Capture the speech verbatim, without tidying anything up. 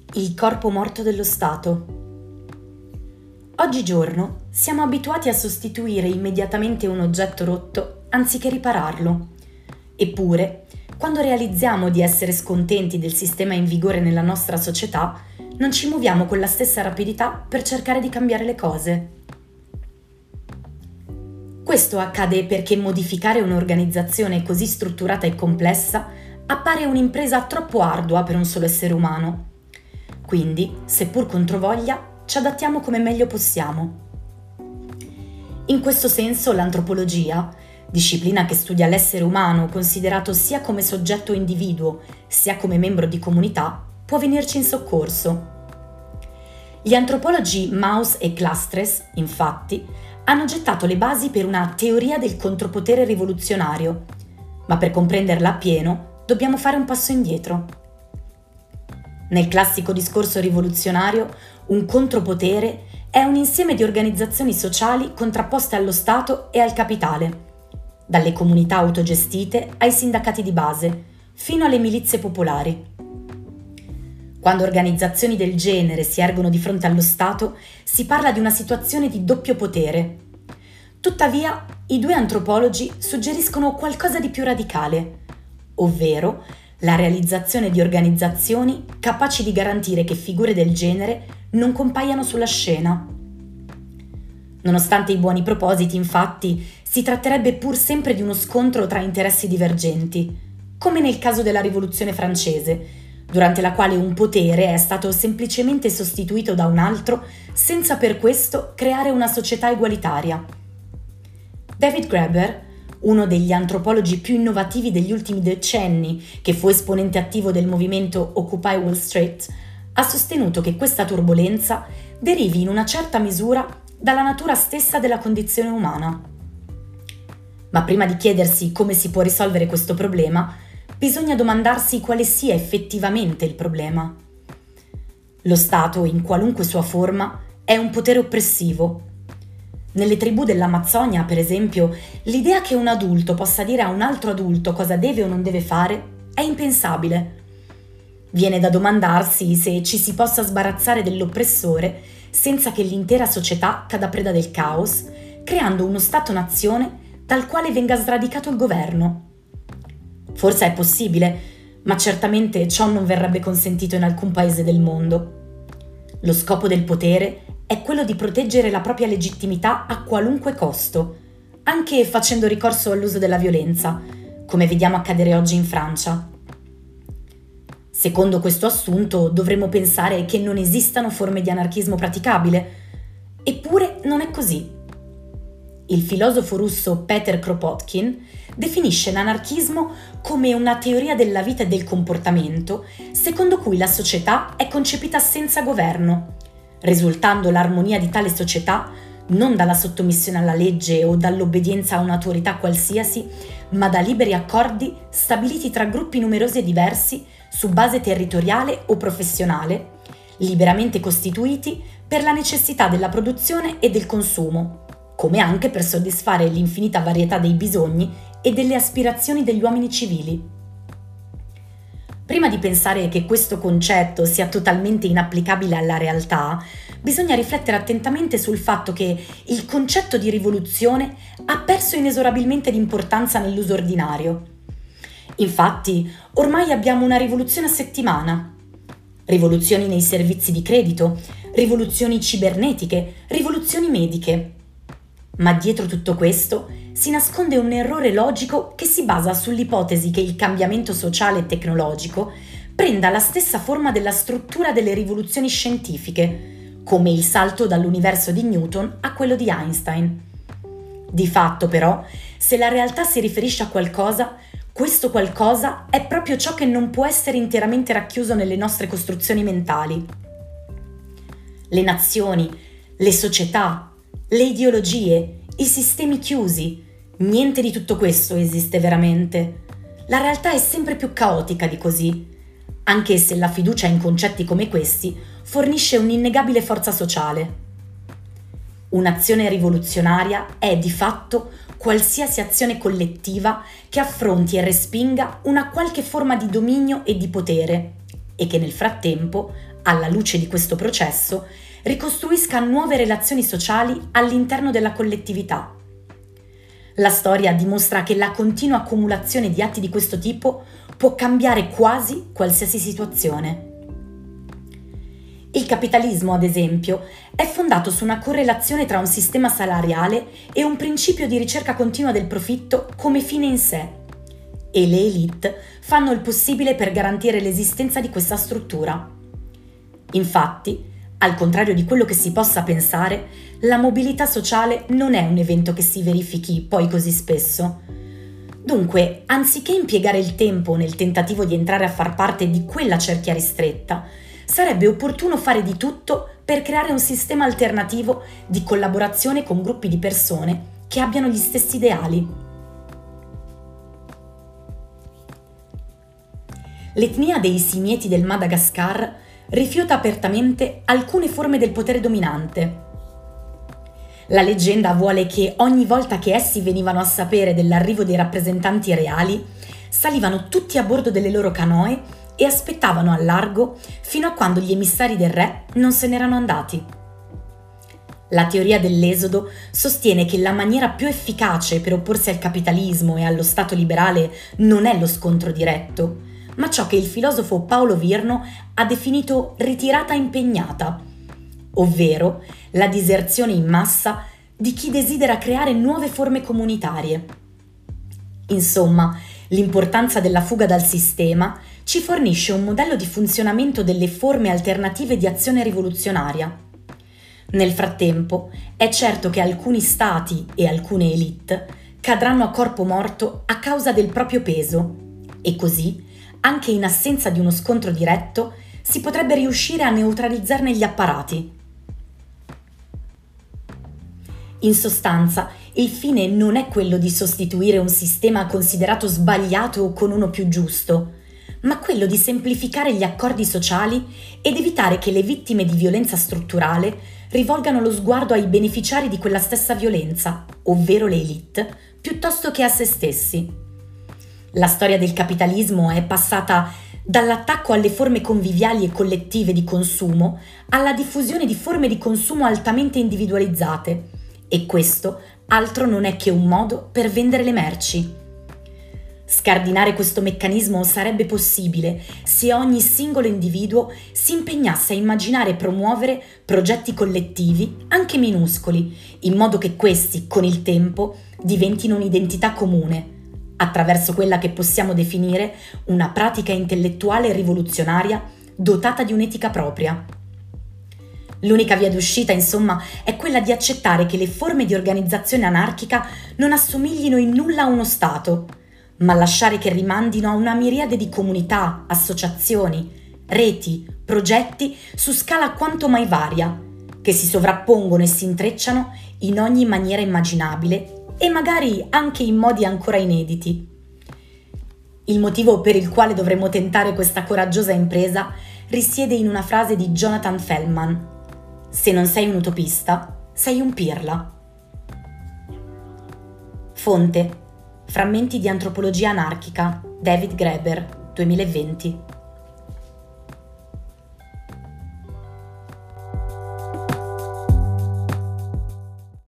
Il corpo morto dello Stato. Oggigiorno siamo abituati a sostituire immediatamente un oggetto rotto anziché ripararlo. Eppure, quando realizziamo di essere scontenti del sistema in vigore nella nostra società, non ci muoviamo con la stessa rapidità per cercare di cambiare le cose. Questo accade perché modificare un'organizzazione così strutturata e complessa appare un'impresa troppo ardua per un solo essere umano. Quindi, seppur controvoglia, ci adattiamo come meglio possiamo. In questo senso l'antropologia, disciplina che studia l'essere umano considerato sia come soggetto individuo, sia come membro di comunità, può venirci in soccorso. Gli antropologi Mauss e Clastres, infatti, hanno gettato le basi per una teoria del contropotere rivoluzionario, ma per comprenderla appieno dobbiamo fare un passo indietro. Nel classico discorso rivoluzionario, un contropotere è un insieme di organizzazioni sociali contrapposte allo Stato e al capitale, dalle comunità autogestite ai sindacati di base, fino alle milizie popolari. Quando organizzazioni del genere si ergono di fronte allo Stato, si parla di una situazione di doppio potere. Tuttavia, i due antropologi suggeriscono qualcosa di più radicale, ovvero la realizzazione di organizzazioni capaci di garantire che figure del genere non compaiano sulla scena. Nonostante i buoni propositi, infatti, si tratterebbe pur sempre di uno scontro tra interessi divergenti, come nel caso della Rivoluzione francese, durante la quale un potere è stato semplicemente sostituito da un altro senza per questo creare una società egualitaria. David Graeber, uno degli antropologi più innovativi degli ultimi decenni, che fu esponente attivo del movimento Occupy Wall Street, ha sostenuto che questa turbolenza derivi in una certa misura dalla natura stessa della condizione umana. Ma prima di chiedersi come si può risolvere questo problema, bisogna domandarsi quale sia effettivamente il problema. Lo Stato, in qualunque sua forma, è un potere oppressivo. Nelle tribù dell'Amazzonia, per esempio, l'idea che un adulto possa dire a un altro adulto cosa deve o non deve fare è impensabile. Viene da domandarsi se ci si possa sbarazzare dell'oppressore senza che l'intera società cada preda del caos, creando uno Stato-nazione dal quale venga sradicato il governo. Forse è possibile, ma certamente ciò non verrebbe consentito in alcun paese del mondo. Lo scopo del potere è quello di proteggere la propria legittimità a qualunque costo, anche facendo ricorso all'uso della violenza, come vediamo accadere oggi in Francia. Secondo questo assunto dovremmo pensare che non esistano forme di anarchismo praticabile, eppure non è così. Il filosofo russo Peter Kropotkin definisce l'anarchismo come una teoria della vita e del comportamento secondo cui la società è concepita senza governo, risultando l'armonia di tale società non dalla sottomissione alla legge o dall'obbedienza a un'autorità qualsiasi, ma da liberi accordi stabiliti tra gruppi numerosi e diversi su base territoriale o professionale, liberamente costituiti per la necessità della produzione e del consumo, come anche per soddisfare l'infinita varietà dei bisogni e delle aspirazioni degli uomini civili. Prima di pensare che questo concetto sia totalmente inapplicabile alla realtà, bisogna riflettere attentamente sul fatto che il concetto di rivoluzione ha perso inesorabilmente di importanza nell'uso ordinario. Infatti, ormai abbiamo una rivoluzione a settimana. Rivoluzioni nei servizi di credito, rivoluzioni cibernetiche, rivoluzioni mediche. Ma dietro tutto questo si nasconde un errore logico che si basa sull'ipotesi che il cambiamento sociale e tecnologico prenda la stessa forma della struttura delle rivoluzioni scientifiche, come il salto dall'universo di Newton a quello di Einstein. Di fatto, però, se la realtà si riferisce a qualcosa, questo qualcosa è proprio ciò che non può essere interamente racchiuso nelle nostre costruzioni mentali. Le nazioni, le società, le ideologie, i sistemi chiusi, niente di tutto questo esiste veramente. La realtà è sempre più caotica di così, anche se la fiducia in concetti come questi fornisce un'innegabile forza sociale. Un'azione rivoluzionaria è di fatto qualsiasi azione collettiva che affronti e respinga una qualche forma di dominio e di potere e che nel frattempo alla luce di questo processo, ricostruisca nuove relazioni sociali all'interno della collettività. La storia dimostra che la continua accumulazione di atti di questo tipo può cambiare quasi qualsiasi situazione. Il capitalismo, ad esempio, è fondato su una correlazione tra un sistema salariale e un principio di ricerca continua del profitto come fine in sé, e le élite fanno il possibile per garantire l'esistenza di questa struttura. Infatti, al contrario di quello che si possa pensare, la mobilità sociale non è un evento che si verifichi poi così spesso. Dunque, anziché impiegare il tempo nel tentativo di entrare a far parte di quella cerchia ristretta, sarebbe opportuno fare di tutto per creare un sistema alternativo di collaborazione con gruppi di persone che abbiano gli stessi ideali. L'etnia dei simieti del Madagascar rifiuta apertamente alcune forme del potere dominante. La leggenda vuole che ogni volta che essi venivano a sapere dell'arrivo dei rappresentanti reali, salivano tutti a bordo delle loro canoe e aspettavano al largo fino a quando gli emissari del re non se n'erano andati. La teoria dell'esodo sostiene che la maniera più efficace per opporsi al capitalismo e allo Stato liberale non è lo scontro diretto, ma ciò che il filosofo Paolo Virno ha definito ritirata impegnata, ovvero la diserzione in massa di chi desidera creare nuove forme comunitarie. Insomma, l'importanza della fuga dal sistema ci fornisce un modello di funzionamento delle forme alternative di azione rivoluzionaria. Nel frattempo, è certo che alcuni stati e alcune élite cadranno a corpo morto a causa del proprio peso, e così, anche in assenza di uno scontro diretto, si potrebbe riuscire a neutralizzarne gli apparati. In sostanza, il fine non è quello di sostituire un sistema considerato sbagliato con uno più giusto, ma quello di semplificare gli accordi sociali ed evitare che le vittime di violenza strutturale rivolgano lo sguardo ai beneficiari di quella stessa violenza, ovvero le élite, piuttosto che a se stessi. La storia del capitalismo è passata dall'attacco alle forme conviviali e collettive di consumo alla diffusione di forme di consumo altamente individualizzate, e questo altro non è che un modo per vendere le merci. Scardinare questo meccanismo sarebbe possibile se ogni singolo individuo si impegnasse a immaginare e promuovere progetti collettivi, anche minuscoli, in modo che questi, con il tempo, diventino un'identità comune, attraverso quella che possiamo definire una pratica intellettuale rivoluzionaria dotata di un'etica propria. L'unica via d'uscita, insomma, è quella di accettare che le forme di organizzazione anarchica non assomiglino in nulla a uno Stato, ma lasciare che rimandino a una miriade di comunità, associazioni, reti, progetti su scala quanto mai varia, che si sovrappongono e si intrecciano in ogni maniera immaginabile e magari anche in modi ancora inediti. Il motivo per il quale dovremmo tentare questa coraggiosa impresa risiede in una frase di Jonathan Feldman: se non sei un utopista, sei un pirla. Fonte: Frammenti di antropologia anarchica, David Graeber, duemilaventi.